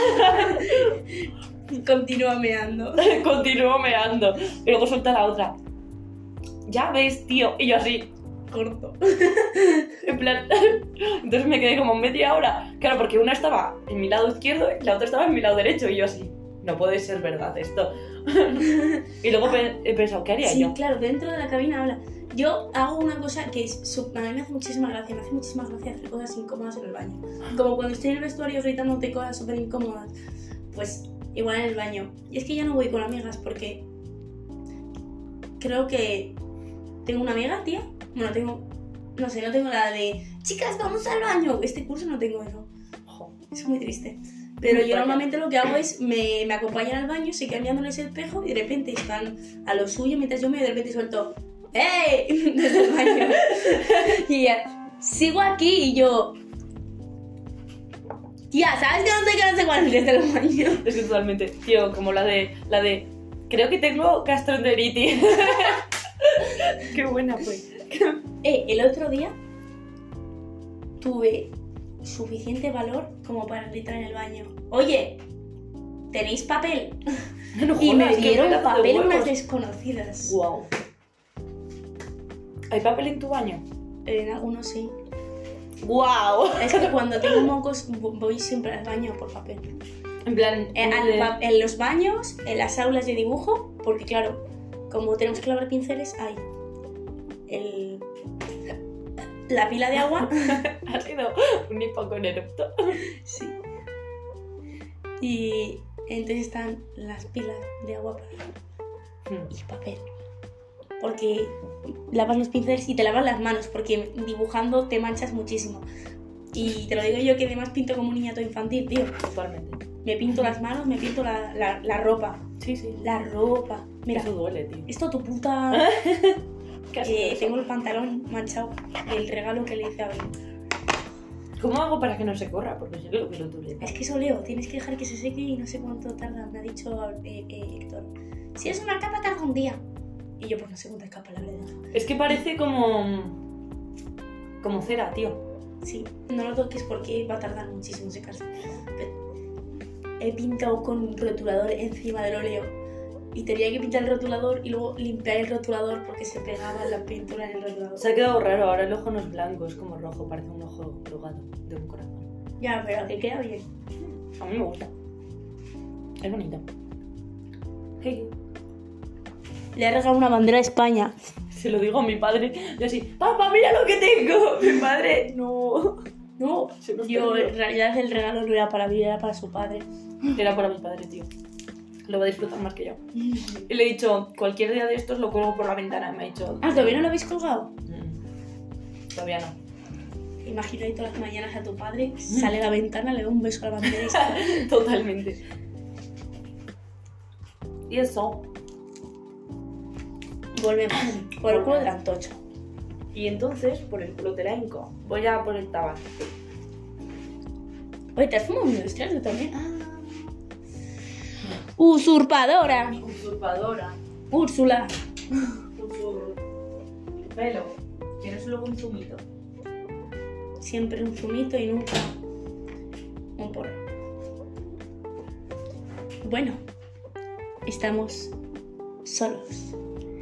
[SPEAKER 2] Continúa meando.
[SPEAKER 1] Continúo meando. Y luego suelta la otra. Ya ves, tío. Y yo así...
[SPEAKER 2] Corto.
[SPEAKER 1] En plan... Entonces me quedé como media hora. Claro, porque una estaba en mi lado izquierdo y la otra estaba en mi lado derecho. Y yo así... No puede ser verdad esto. Y luego he pensado, ¿qué haría yo?
[SPEAKER 2] Sí, claro, dentro de la cabina habla... Yo hago una cosa que es, a mí me hace muchísima gracia hacer cosas incómodas en el baño. Como cuando estoy en el vestuario gritándote cosas súper incómodas, pues igual en el baño. Y es que ya no voy con amigas porque creo que tengo una amiga, tía. Bueno, no tengo la de chicas, vamos al baño. Este curso no tengo eso. Es muy triste. Pero yo normalmente lo que hago es me acompañan al baño, se quedan mirándoles el espejo y de repente están a lo suyo mientras yo me de repente suelto ¡hey! Desde el baño. Y ya, sigo aquí y yo... Tía, ¿sabes que no sé cuál desde el baño?
[SPEAKER 1] Es que totalmente, tío, como la de creo que tengo gastroenteritis. Qué buena fue.
[SPEAKER 2] El otro día tuve suficiente valor como para gritar en el baño. Oye, ¿tenéis papel?
[SPEAKER 1] No
[SPEAKER 2] y
[SPEAKER 1] jodas,
[SPEAKER 2] me dieron
[SPEAKER 1] de
[SPEAKER 2] papel
[SPEAKER 1] huevos.
[SPEAKER 2] unas desconocidas.
[SPEAKER 1] Wow. ¿Hay papel en tu baño?
[SPEAKER 2] En algunos sí.
[SPEAKER 1] ¡Guau!
[SPEAKER 2] Es que cuando tengo mocos voy siempre al baño por papel.
[SPEAKER 1] En plan...
[SPEAKER 2] En los baños, en las aulas de dibujo, porque claro, como tenemos que lavar pinceles, hay la pila de agua.
[SPEAKER 1] Ha sido un hipocón erupto.
[SPEAKER 2] Sí. Y entonces están las pilas de agua y papel. Porque lavas los pinceles y te lavas las manos, porque dibujando te manchas muchísimo. Y te lo digo yo que además pinto como un niñato infantil, tío.
[SPEAKER 1] Totalmente.
[SPEAKER 2] Me pinto las manos, me pinto la ropa.
[SPEAKER 1] Sí, sí.
[SPEAKER 2] La ropa. Mira,
[SPEAKER 1] eso duele, tío.
[SPEAKER 2] esto tu puta... tengo el pantalón manchado del regalo que le hice a Abril.
[SPEAKER 1] ¿Cómo hago para que no se corra? Porque sé que lo dure.
[SPEAKER 2] Es que eso leo, tienes que dejar que se seque y no sé cuánto tarda. Me ha dicho Héctor. Si es una capa tarda un día. Y yo pues no sé cuántas capas la habré dejado.
[SPEAKER 1] Es que parece como cera, tío.
[SPEAKER 2] Sí, no lo toques porque va a tardar muchísimo en secarse. He pintado con rotulador encima del óleo y tenía que pintar el rotulador y luego limpiar el rotulador porque se pegaba la pintura en el rotulador.
[SPEAKER 1] Se ha quedado raro, ahora el ojo no es blanco, es como rojo, parece un ojo drogado de un corazón.
[SPEAKER 2] Ya, pero que queda bien.
[SPEAKER 1] A mí me gusta. Es bonito. Hey.
[SPEAKER 2] Le he regalado una bandera de España.
[SPEAKER 1] Se lo digo a mi padre, yo así, ¡papá, mira lo que tengo! Mi padre, no.
[SPEAKER 2] No, yo en realidad el regalo no era para mí, era para su padre.
[SPEAKER 1] Era para mi padre, tío. Lo va a disfrutar más que yo. Y le he dicho, cualquier día de estos lo cuelgo por la ventana. Y me ha dicho...
[SPEAKER 2] Ah, ¿todavía no lo habéis colgado?
[SPEAKER 1] Todavía no.
[SPEAKER 2] Imagino ahí todas las mañanas a tu padre, sale a la ventana, le da un beso a la bandera y sale.
[SPEAKER 1] Totalmente. Y eso.
[SPEAKER 2] Volvemos por el culo del Antocho.
[SPEAKER 1] Y entonces, por el culo de la Inco, voy a por el tabaco.
[SPEAKER 2] Oye, ¿te has fumado un industrial tú también? Ah. Usurpadora.
[SPEAKER 1] Usurpadora.
[SPEAKER 2] Úrsula.
[SPEAKER 1] Pelo. ¿Tienes luego un zumito?
[SPEAKER 2] Siempre un zumito y nunca un porro. Bueno, estamos solos.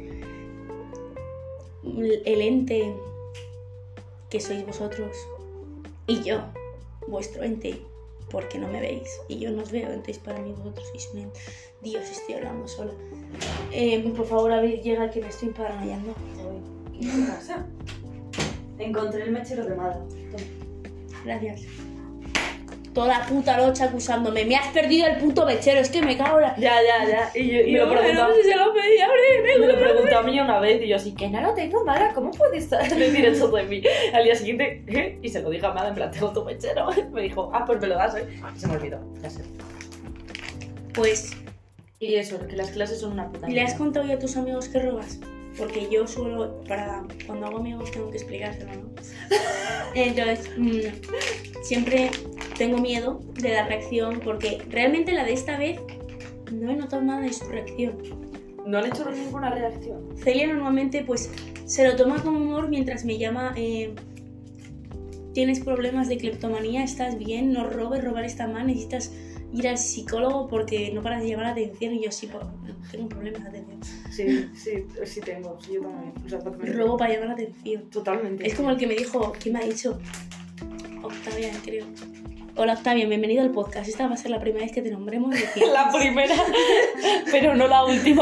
[SPEAKER 2] El ente que sois vosotros y yo, vuestro ente, porque no me veis y yo no os veo, entonces para mí vosotros sois un ente. Dios, estoy hablando sola. Por favor, Abril, llega que me estoy paranoiando.
[SPEAKER 1] ¿Qué pasa? Encontré el mechero quemado.
[SPEAKER 2] Gracias. Toda la puta noche acusándome. Me has perdido el puto mechero, es que me cago en la...
[SPEAKER 1] Ya. Y me lo preguntó.
[SPEAKER 2] No sé si se lo pedí, Abril.
[SPEAKER 1] Me lo preguntó a mí una vez y yo así, que no lo tengo, Mara, ¿cómo puedes decir eso de mí? Al día siguiente, ¿qué? Y se lo dije a Mara, en plan, tengo tu mechero. Me dijo, pues me lo das hoy. Y se me olvidó, ya sé.
[SPEAKER 2] Pues...
[SPEAKER 1] Y eso, que las clases son una puta
[SPEAKER 2] ¿Le has
[SPEAKER 1] mierda.
[SPEAKER 2] contado ya a tus amigos que robas? Porque yo suelo, cuando hago amigos tengo que explicárselo, ¿no? Entonces, siempre tengo miedo de la reacción porque realmente la de esta vez no he notado nada de su reacción.
[SPEAKER 1] ¿No han hecho ninguna reacción?
[SPEAKER 2] Celia normalmente pues se lo toma con humor mientras me llama tienes problemas de cleptomanía, estás bien, no robes, robar está mal, necesitas ir al psicólogo porque no paras de llamar la atención y yo sí, tengo problemas de atención.
[SPEAKER 1] Sí tengo, sí, yo también. O sea, porque me
[SPEAKER 2] Robo para llamar la atención.
[SPEAKER 1] Totalmente.
[SPEAKER 2] Es como el que me dijo, ¿quién me ha dicho? Octavia, creo. Hola Octavia, bienvenido al podcast. Esta va a ser la primera vez que te nombremos.
[SPEAKER 1] La primera, pero no la última.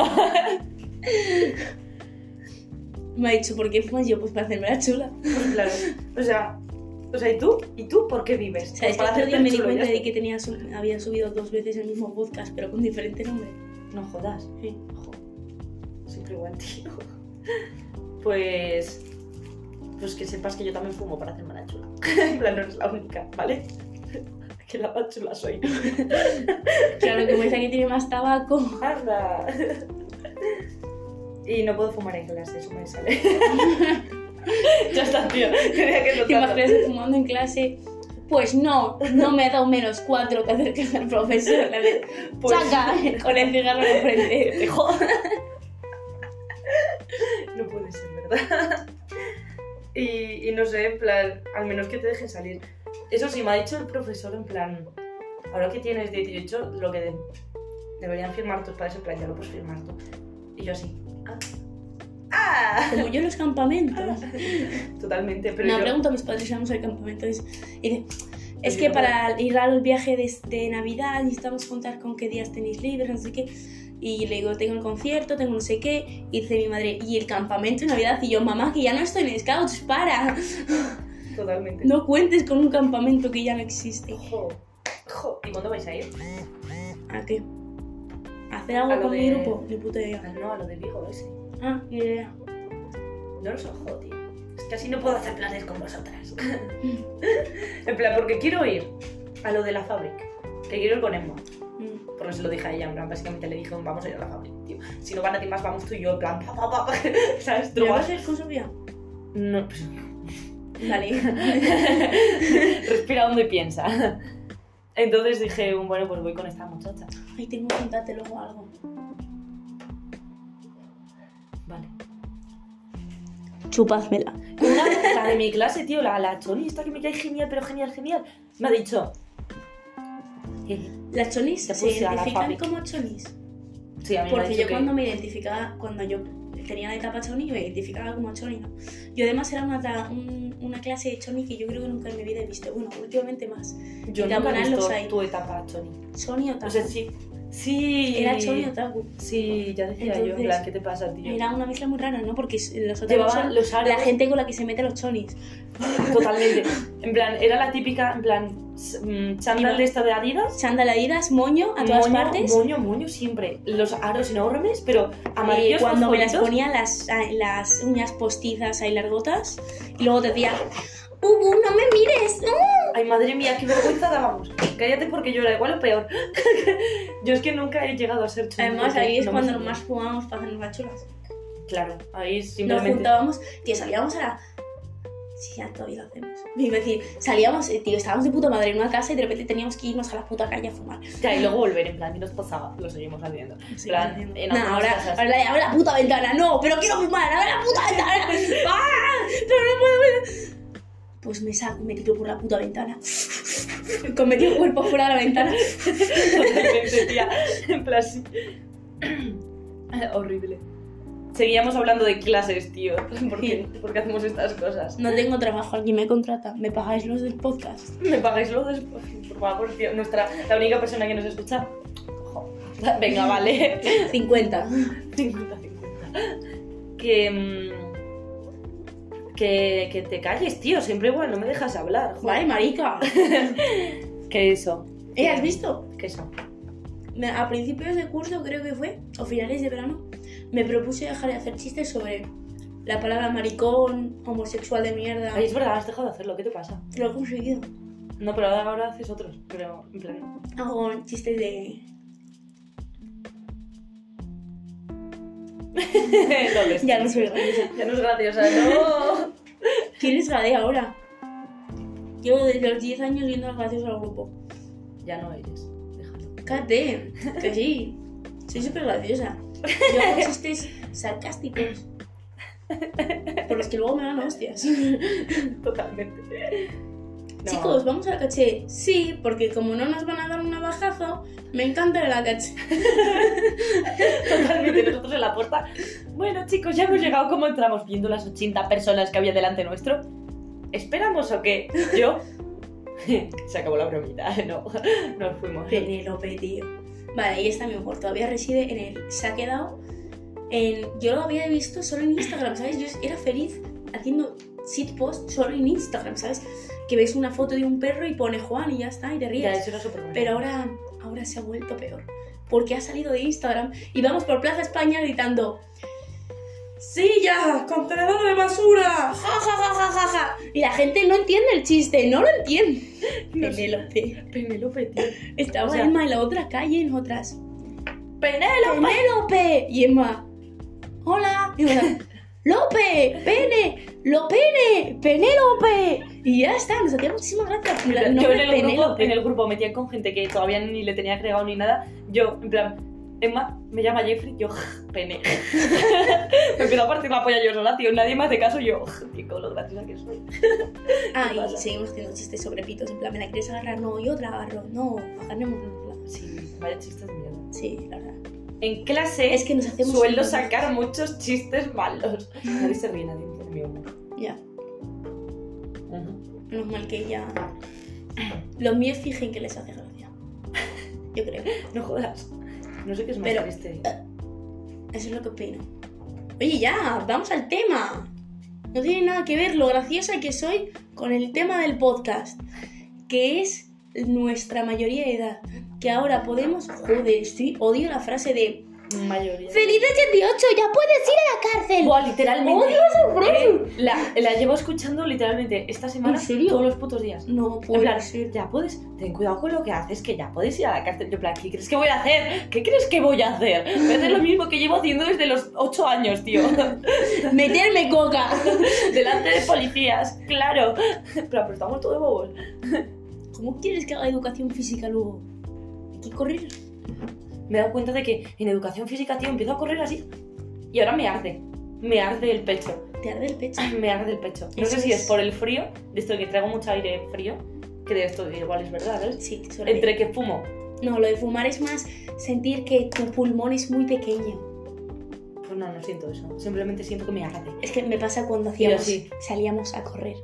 [SPEAKER 2] Me ha dicho, ¿por qué fumas? Yo, pues para hacerme la chula.
[SPEAKER 1] Claro. O sea, ¿y tú por qué vives?
[SPEAKER 2] O sea,
[SPEAKER 1] Pues para
[SPEAKER 2] este otro día
[SPEAKER 1] hacerte
[SPEAKER 2] me di
[SPEAKER 1] chulo,
[SPEAKER 2] cuenta
[SPEAKER 1] ya
[SPEAKER 2] de
[SPEAKER 1] está.
[SPEAKER 2] que había subido 2 veces el mismo podcast, pero con diferente nombre.
[SPEAKER 1] No jodas.
[SPEAKER 2] Sí.
[SPEAKER 1] Siempre igual, tío. Pues que sepas que yo también fumo para hacerme la chula. En plan, no eres la única, ¿vale? Que la más chula soy.
[SPEAKER 2] Claro, como esa que tiene más tabaco.
[SPEAKER 1] ¡Anda! Y no puedo fumar en clase, eso me sale. Ya está, tío. Tenía que
[SPEAKER 2] ¿Te
[SPEAKER 1] notarlo.
[SPEAKER 2] imaginas fumando en clase? Pues no me ha dado -4, te acercas al profesor, la de
[SPEAKER 1] Pues-
[SPEAKER 2] ¡chaca! Con el cigarro en la frente.
[SPEAKER 1] Te jodas. No puede ser, ¿verdad? Y no sé, en plan, al menos que te dejen salir. Eso sí, me ha dicho el profesor, en plan, ahora que tienes 18, lo que deberían firmar tus padres, en plan, ya lo puedes firmar tú. Y yo así, ¡ah!
[SPEAKER 2] Como yo en los campamentos.
[SPEAKER 1] Totalmente, pero
[SPEAKER 2] No,
[SPEAKER 1] yo...
[SPEAKER 2] pregunto a mis padres si vamos al campamento. Y dice, es que para ir al viaje de Navidad necesitamos contar con qué días tenéis libres, no sé qué. Y le digo, tengo el concierto, tengo no sé qué. Y dice mi madre, ¿y el campamento de Navidad? Y yo, mamá, que ya no estoy en Scouts, para.
[SPEAKER 1] Totalmente.
[SPEAKER 2] No cuentes con un campamento que ya no existe.
[SPEAKER 1] ¿Y cuándo vais a ir?
[SPEAKER 2] ¿A qué? ¿A hacer algo
[SPEAKER 1] A lo
[SPEAKER 2] con
[SPEAKER 1] de-
[SPEAKER 2] mi grupo? Ni puta idea.
[SPEAKER 1] No, a lo del viejo ese.
[SPEAKER 2] Ah, ni idea.
[SPEAKER 1] No los ojo, tío. Es que así no puedo hacer planes con vosotras. En plan, porque quiero ir a lo de la fábrica. Que quiero ir con Emma. Porque se lo dije a ella, en plan, básicamente le dije, vamos a ir a la fábrica, tío. Si no van a ti más, vamos tú y yo, en plan, ¿sabes?
[SPEAKER 2] ¿Pero vas a ir con Sofía?
[SPEAKER 1] No, pues...
[SPEAKER 2] Dale.
[SPEAKER 1] Respira hondo y piensa. Entonces dije, bueno, pues voy con esta muchacha.
[SPEAKER 2] Ay, tengo que contarte luego algo.
[SPEAKER 1] Vale.
[SPEAKER 2] Chupázmela.
[SPEAKER 1] La de mi clase, tío, la Choni, esta que me cae genial, pero genial, me ha dicho...
[SPEAKER 2] ¿Las chonis
[SPEAKER 1] Te
[SPEAKER 2] se
[SPEAKER 1] puse a la
[SPEAKER 2] identifican
[SPEAKER 1] fábrica.
[SPEAKER 2] como chonis?
[SPEAKER 1] Sí, a mí me ha
[SPEAKER 2] Porque
[SPEAKER 1] dicho
[SPEAKER 2] yo
[SPEAKER 1] que...
[SPEAKER 2] cuando me identificaba, cuando yo tenía la etapa choni, me identificaba como choni, ¿no? Yo además era una clase de choni que yo creo que nunca en mi vida he visto. Bueno, últimamente más.
[SPEAKER 1] Yo
[SPEAKER 2] y
[SPEAKER 1] nunca he
[SPEAKER 2] Tamunal
[SPEAKER 1] visto
[SPEAKER 2] los hay.
[SPEAKER 1] tu etapa, Choni.
[SPEAKER 2] Choni otaku.
[SPEAKER 1] O sea, sí. Sí.
[SPEAKER 2] Era choni otaku.
[SPEAKER 1] Sí, ya decía yo, en
[SPEAKER 2] Entonces,
[SPEAKER 1] plan, ¿qué te pasa, tío?
[SPEAKER 2] Era una mezcla muy rara, ¿no? Porque los otakus
[SPEAKER 1] Llevaban
[SPEAKER 2] son
[SPEAKER 1] los aros.
[SPEAKER 2] la gente con la que se mete los chonis.
[SPEAKER 1] Totalmente. En plan, era la típica, en plan, chándal de esta de Adidas.
[SPEAKER 2] Chándal Adidas, moño a todas
[SPEAKER 1] moño,
[SPEAKER 2] partes.
[SPEAKER 1] Moño, siempre. Los aros enormes, pero amarillos
[SPEAKER 2] Cuando me las
[SPEAKER 1] fosforitos.
[SPEAKER 2] ponía las uñas postizas ahí largotas y luego te decía, no me mires,
[SPEAKER 1] Ay, madre mía, qué vergüenza dábamos. Cállate porque yo era igual o peor. Yo es que nunca he llegado a ser chula.
[SPEAKER 2] Además ahí es
[SPEAKER 1] no me
[SPEAKER 2] cuando
[SPEAKER 1] salía.
[SPEAKER 2] más fumábamos para hacernos las chulas.
[SPEAKER 1] Claro, ahí
[SPEAKER 2] Nos
[SPEAKER 1] simplemente...
[SPEAKER 2] juntábamos, tío, salíamos a la... Sí, ya todavía lo hacemos. Me iba a decir, salíamos, tío, estábamos de puta madre en una casa y de repente teníamos que irnos a la puta calle a fumar.
[SPEAKER 1] Ya, y luego volver, en plan, y nos pasaba, lo seguimos haciendo. En
[SPEAKER 2] Sí,
[SPEAKER 1] plan,
[SPEAKER 2] haciendo.
[SPEAKER 1] en
[SPEAKER 2] No,
[SPEAKER 1] algunas
[SPEAKER 2] ahora,
[SPEAKER 1] casas.
[SPEAKER 2] abre la puta ventana, no, pero quiero fumar, abre la puta ventana. ¡Ah! Pero no puedo ver. Pues me saco y me tiro por la puta ventana. Con medio cuerpo fuera de la ventana.
[SPEAKER 1] Totalmente, tía. En plan, sí. Horrible. Seguíamos hablando de clases, tío. ¿Por qué hacemos estas cosas?
[SPEAKER 2] No tengo trabajo, alguien me contrata. ¿Me pagáis los del podcast?
[SPEAKER 1] ¿Me pagáis lo después? Por favor, tío. La única persona que nos escucha. Ojo. Venga, vale.
[SPEAKER 2] 50.
[SPEAKER 1] 50. Que te calles, tío. Siempre igual, no me dejas hablar. Joder.
[SPEAKER 2] Vale, marica.
[SPEAKER 1] ¿Qué eso?
[SPEAKER 2] ¿Has visto?
[SPEAKER 1] ¿Qué eso?
[SPEAKER 2] A principios de curso, creo que fue, o finales de verano, me propuse dejar de hacer chistes sobre la palabra maricón, homosexual de mierda.
[SPEAKER 1] Ay, es verdad, has dejado de hacerlo. ¿Qué te pasa?
[SPEAKER 2] Lo he conseguido.
[SPEAKER 1] No, pero ahora haces otros. Pero, en plan...
[SPEAKER 2] Hago chistes de... Ya no soy graciosa.
[SPEAKER 1] Ya no es graciosa, no.
[SPEAKER 2] ¿Quién es Gade ahora? Llevo desde los 10 años viendo al gracioso al grupo.
[SPEAKER 1] Ya no eres. Déjalo.
[SPEAKER 2] Cállate, que sí. Soy súper graciosa. Yo hago chistes sarcásticos. Por los que luego me dan hostias.
[SPEAKER 1] Totalmente. No.
[SPEAKER 2] Chicos, ¿vamos a la caché? Sí, porque como no nos van a dar un navajazo, me encanta la caché.
[SPEAKER 1] Totalmente. Nosotros en la puerta. Bueno, chicos, ya hemos llegado. ¿Cómo entramos? Viendo las 80 personas que había delante nuestro. ¿Esperamos o qué? Yo. Se acabó la bromita. No, nos fuimos.
[SPEAKER 2] Penélope, tío. Vale, ahí está mi amor. Todavía reside en él. Se ha quedado en... Yo lo había visto solo en Instagram, ¿sabes? Yo era feliz haciendo shitpost solo en Instagram, ¿sabes? Que ves una foto de un perro y pone Juan y ya está, y te ríes.
[SPEAKER 1] Ya, eso era súper bueno.
[SPEAKER 2] Pero ahora se ha vuelto peor. Porque ha salido de Instagram y vamos por Plaza España gritando ¡Silla! ¡Contenedor de basura! ¡Ja, ja, ja, ja, ja, ja! Y la gente no entiende el chiste, no lo entiende.
[SPEAKER 1] No sé.
[SPEAKER 2] Penélope.
[SPEAKER 1] Penélope, tío.
[SPEAKER 2] Estaba
[SPEAKER 1] O sea,
[SPEAKER 2] Emma en la otra calle y nosotras.
[SPEAKER 1] ¡Penélope!
[SPEAKER 2] ¡Penélope! Y Emma, ¡hola! Y nosotras, ¡Lope! ¡Pene! ¡Lo pene! ¡Penélope! Y ya está, nos hacía muchísimas gracias.
[SPEAKER 1] Yo en el grupo metía con gente que todavía ni le tenía agregado ni nada. Yo, en plan, Emma, me llama Jeffrey, yo, pene. Me empiezo a partir la polla yo sola, tío. Nadie me hace caso, yo, tío, con lo graciosa que soy.
[SPEAKER 2] Ah, y
[SPEAKER 1] pasa?
[SPEAKER 2] seguimos haciendo chistes sobre pitos. En plan, ¿me la quieres agarrar? No, yo te la agarro. No, agarrémonos.
[SPEAKER 1] Sí, vaya chistes de mierda.
[SPEAKER 2] Sí, la verdad.
[SPEAKER 1] en clase
[SPEAKER 2] Es que nos hacemos
[SPEAKER 1] suelo
[SPEAKER 2] un-
[SPEAKER 1] sacar muchos chistes malos. Nadie se ríe, nadie de mi humor.
[SPEAKER 2] Ya,
[SPEAKER 1] Ujú.
[SPEAKER 2] menos mal que ya... Los míos fijen que les hace gracia. Yo creo.
[SPEAKER 1] No jodas. No sé qué es más
[SPEAKER 2] Pero-
[SPEAKER 1] triste.
[SPEAKER 2] Eso es lo que opino. Oye, ya, vamos al tema. No tiene nada que ver lo graciosa que soy con el tema del podcast, que es nuestra mayoría de edad. Que ahora podemos... Joder, odio la frase de...
[SPEAKER 1] Mayoría.
[SPEAKER 2] ¡Feliz 88! ¡Ya puedes ir a la cárcel!
[SPEAKER 1] Buah, literalmente.
[SPEAKER 2] ¡Odio esa frase!
[SPEAKER 1] La llevo escuchando literalmente esta semana.
[SPEAKER 2] ¿En serio?
[SPEAKER 1] Todos los putos días.
[SPEAKER 2] No
[SPEAKER 1] En
[SPEAKER 2] puede
[SPEAKER 1] plan,
[SPEAKER 2] ser.
[SPEAKER 1] ya puedes, ten cuidado con lo que haces, que ya puedes ir a la cárcel. Yo, en plan, ¿qué crees que voy a hacer? ¿Qué crees que voy a hacer? Voy a hacer lo mismo que llevo haciendo desde los 8 años, tío.
[SPEAKER 2] ¡Meterme coca!
[SPEAKER 1] Delante de policías, claro. Pero estamos todos bobos.
[SPEAKER 2] ¿Cómo quieres que haga educación física luego? Hay que correr.
[SPEAKER 1] Me he dado cuenta de que en educación física, tío, empiezo a correr así. Y ahora me arde. Me arde el pecho.
[SPEAKER 2] Te arde el pecho.
[SPEAKER 1] Me arde el pecho. No
[SPEAKER 2] Eso
[SPEAKER 1] sé si
[SPEAKER 2] es-
[SPEAKER 1] es por el frío, de esto de que traigo mucho aire frío, que de esto igual es verdad, ¿sabes?
[SPEAKER 2] Sí, suele.
[SPEAKER 1] Entre que fumo.
[SPEAKER 2] No, lo de fumar es más sentir que tu pulmón es muy pequeño.
[SPEAKER 1] Pues no siento eso. Simplemente siento que me arde.
[SPEAKER 2] Es que me pasa cuando
[SPEAKER 1] Pero sí.
[SPEAKER 2] salíamos a correr.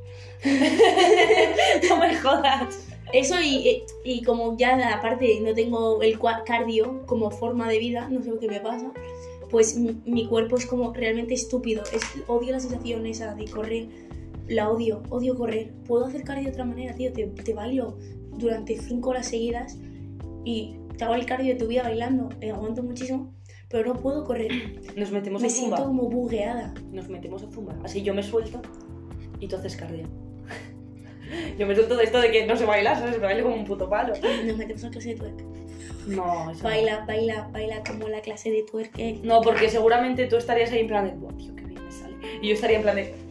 [SPEAKER 1] No me jodas.
[SPEAKER 2] Eso y como ya aparte no tengo el cardio como forma de vida, no sé qué me pasa, pues mi cuerpo es como realmente estúpido. Odio la sensación esa de correr, la odio correr. Puedo hacer cardio de otra manera, tío, te bailo durante 5 horas seguidas y te hago el cardio de tu vida bailando, aguanto muchísimo, pero no puedo correr.
[SPEAKER 1] Nos metemos
[SPEAKER 2] Me
[SPEAKER 1] a zumba.
[SPEAKER 2] siento como bugueada.
[SPEAKER 1] Nos metemos a zumba. Así yo me suelto y tú haces cardio. Yo me suelto de esto de que no se baila, ¿sabes? Me bailo como un puto palo.
[SPEAKER 2] Nos metemos a clase de twerk.
[SPEAKER 1] No, eso
[SPEAKER 2] Baila como la clase de twerk.
[SPEAKER 1] no. No, porque seguramente tú estarías ahí en plan de, "Buah, tío, qué bien me sale". Y yo estaría en plan de,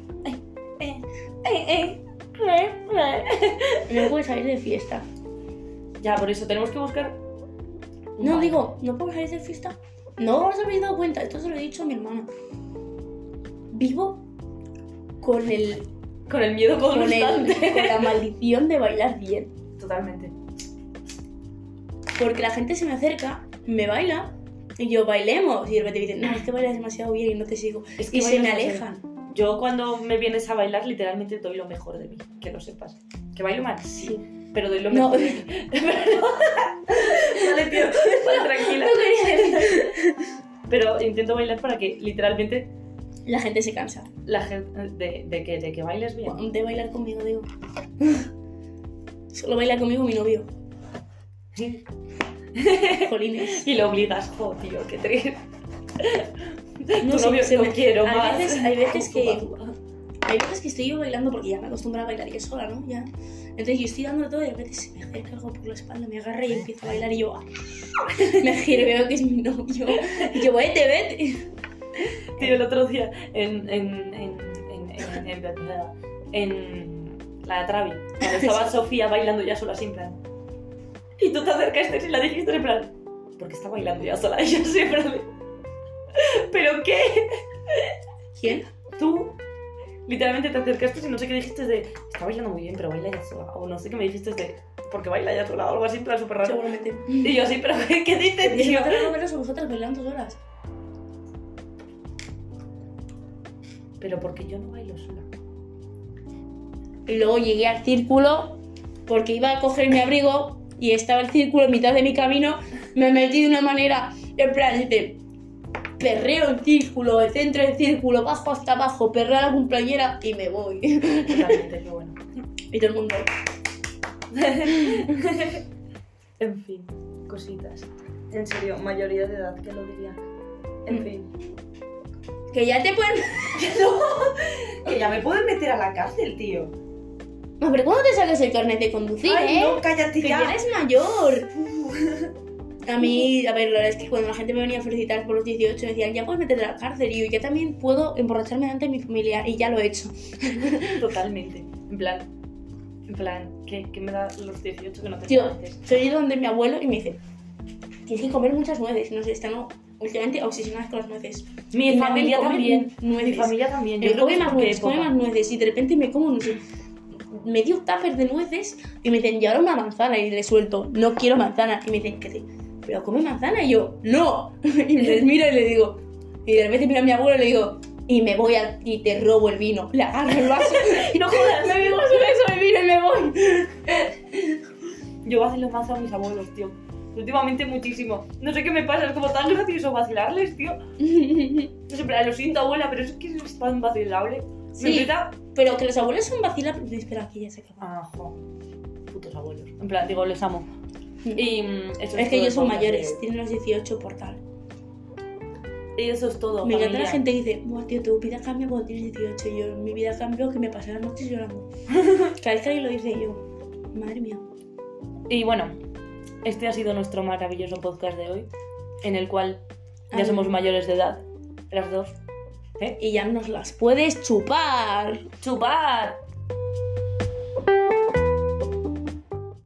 [SPEAKER 2] No puedes salir de fiesta.
[SPEAKER 1] Ya, por eso tenemos que buscar. un
[SPEAKER 2] No,
[SPEAKER 1] baile.
[SPEAKER 2] digo, ¿no puedo salir de fiesta? No os habéis dado cuenta, esto se lo he dicho a mi hermana. Vivo con
[SPEAKER 1] Con el miedo
[SPEAKER 2] con
[SPEAKER 1] constante.
[SPEAKER 2] la maldición de bailar bien.
[SPEAKER 1] Totalmente.
[SPEAKER 2] Porque la gente se me acerca, me baila, y yo bailemos. Y de repente me dicen, no, es que bailas demasiado bien y no te sigo.
[SPEAKER 1] Es que
[SPEAKER 2] Y se
[SPEAKER 1] bailas
[SPEAKER 2] me
[SPEAKER 1] demasiado.
[SPEAKER 2] alejan.
[SPEAKER 1] Yo cuando me vienes a bailar, literalmente doy lo mejor de mí. Que lo sepas. ¿Que bailo mal? Sí.
[SPEAKER 2] Sí.
[SPEAKER 1] Pero doy lo
[SPEAKER 2] No.
[SPEAKER 1] mejor de mí. Vale, tío. Vale, tranquila.
[SPEAKER 2] No quería decir.
[SPEAKER 1] Pero intento bailar para que literalmente
[SPEAKER 2] La gente se cansa
[SPEAKER 1] la gente de que bailes bien.
[SPEAKER 2] de bailar conmigo, digo. Solo baila conmigo mi novio. Jolines.
[SPEAKER 1] Y lo obligas, jo, tío, qué triste.
[SPEAKER 2] No
[SPEAKER 1] Tu
[SPEAKER 2] sé,
[SPEAKER 1] novio,
[SPEAKER 2] se
[SPEAKER 1] no
[SPEAKER 2] me-
[SPEAKER 1] quiero
[SPEAKER 2] hay
[SPEAKER 1] más.
[SPEAKER 2] veces que estoy yo bailando porque ya me acostumbro a bailar yo sola, ¿no? Ya. Entonces yo estoy dándolo todo y a veces se me acerca algo por la espalda, me agarra y empiezo a bailar y yo me giro y veo que es mi novio. Y yo, vete.
[SPEAKER 1] Tío, el otro día en la Travi, cuando estaba Sofía bailando ya sola, así en plan. Y tú te acercaste y la dijiste en plan, porque está bailando ya sola. Y yo siempre le... ¿Pero qué?
[SPEAKER 2] ¿Quién?
[SPEAKER 1] Tú literalmente te acercaste y no sé qué dijiste de, está bailando muy bien, pero baila ya sola. O no sé qué me dijiste de, porque baila ya sola o algo así, en plan súper raro.
[SPEAKER 2] Seguramente.
[SPEAKER 1] Y yo así, pero ¿qué dices,
[SPEAKER 2] Y
[SPEAKER 1] tío?
[SPEAKER 2] no veros a vosotras bailando solas.
[SPEAKER 1] Pero porque yo no bailo sola.
[SPEAKER 2] Y luego llegué al círculo porque iba a coger mi abrigo y estaba el círculo en mitad de mi camino. Me metí de una manera, en plan, de perreo en círculo, el centro del círculo, bajo hasta abajo, perreo a la cumpleañera y me voy.
[SPEAKER 1] Totalmente, qué bueno.
[SPEAKER 2] Y todo el mundo.
[SPEAKER 1] En fin, cositas. En serio, mayoría de edad, que lo diría. En fin.
[SPEAKER 2] Que ya te pueden.
[SPEAKER 1] Que ya me pueden meter a la cárcel, tío.
[SPEAKER 2] No, pero ¿cuándo te sacas el carnet de conducir,
[SPEAKER 1] Ay, no, cállate
[SPEAKER 2] Que
[SPEAKER 1] ya.
[SPEAKER 2] ya eres mayor. A mí, a ver, la verdad es que cuando la gente me venía a felicitar por los 18 me decían, ya puedes meterte a la cárcel. Y yo ya también puedo emborracharme delante de mi familia y ya lo he hecho.
[SPEAKER 1] Totalmente. En plan, ¿qué me da los 18 que no te
[SPEAKER 2] Tío,
[SPEAKER 1] mereces?
[SPEAKER 2] soy donde mi abuelo y me dice, tienes que comer muchas nueces. No sé, están últimamente obsesionadas con las nueces.
[SPEAKER 1] Mi
[SPEAKER 2] Y me
[SPEAKER 1] familia
[SPEAKER 2] hacen comer
[SPEAKER 1] también.
[SPEAKER 2] nueces.
[SPEAKER 1] Mi familia también.
[SPEAKER 2] Come
[SPEAKER 1] creo que es
[SPEAKER 2] más
[SPEAKER 1] por qué
[SPEAKER 2] nueces, come
[SPEAKER 1] época.
[SPEAKER 2] más nueces. Y de repente me como, no sé, medio tupper de nueces y me dicen, y ahora una manzana. Y le suelto, no quiero manzana. Y me dicen, ¿qué te? pero come manzana. Y yo, no. Y les miro y le digo, y de repente miro a mi abuelo y le digo, y me voy y te robo el vino. Le agarro el vaso.
[SPEAKER 1] No jodas.
[SPEAKER 2] Me bebo su beso de vino y me voy.
[SPEAKER 1] Yo vacilo más a mis abuelos, tío. Últimamente muchísimo. No sé qué me pasa, es como tan gracioso vacilarles, tío. No sé, pero lo siento, abuela, pero es que es tan vacilable.
[SPEAKER 2] Sí,
[SPEAKER 1] Me empieza...
[SPEAKER 2] pero que los abuelos son vacilables. Espera, aquí ya se acaba.
[SPEAKER 1] Ah, jo. Putos abuelos. En plan, digo, les amo. Y eso
[SPEAKER 2] Es que
[SPEAKER 1] todo
[SPEAKER 2] ellos son
[SPEAKER 1] el podcast
[SPEAKER 2] mayores,
[SPEAKER 1] de hoy.
[SPEAKER 2] tienen los 18 por tal.
[SPEAKER 1] Y eso es todo,
[SPEAKER 2] Me encanta
[SPEAKER 1] familia.
[SPEAKER 2] la gente que dice, buah, tío, tu vida cambia cuando tienes 18. Y yo, mi vida cambió que me pasé las noches llorando. Cada vez que alguien lo dice, yo, madre mía.
[SPEAKER 1] Y bueno, este ha sido nuestro maravilloso podcast de hoy, en el cual ya somos mayores de edad, las dos.
[SPEAKER 2] Y ya nos las puedes chupar.
[SPEAKER 1] ¡Chupar!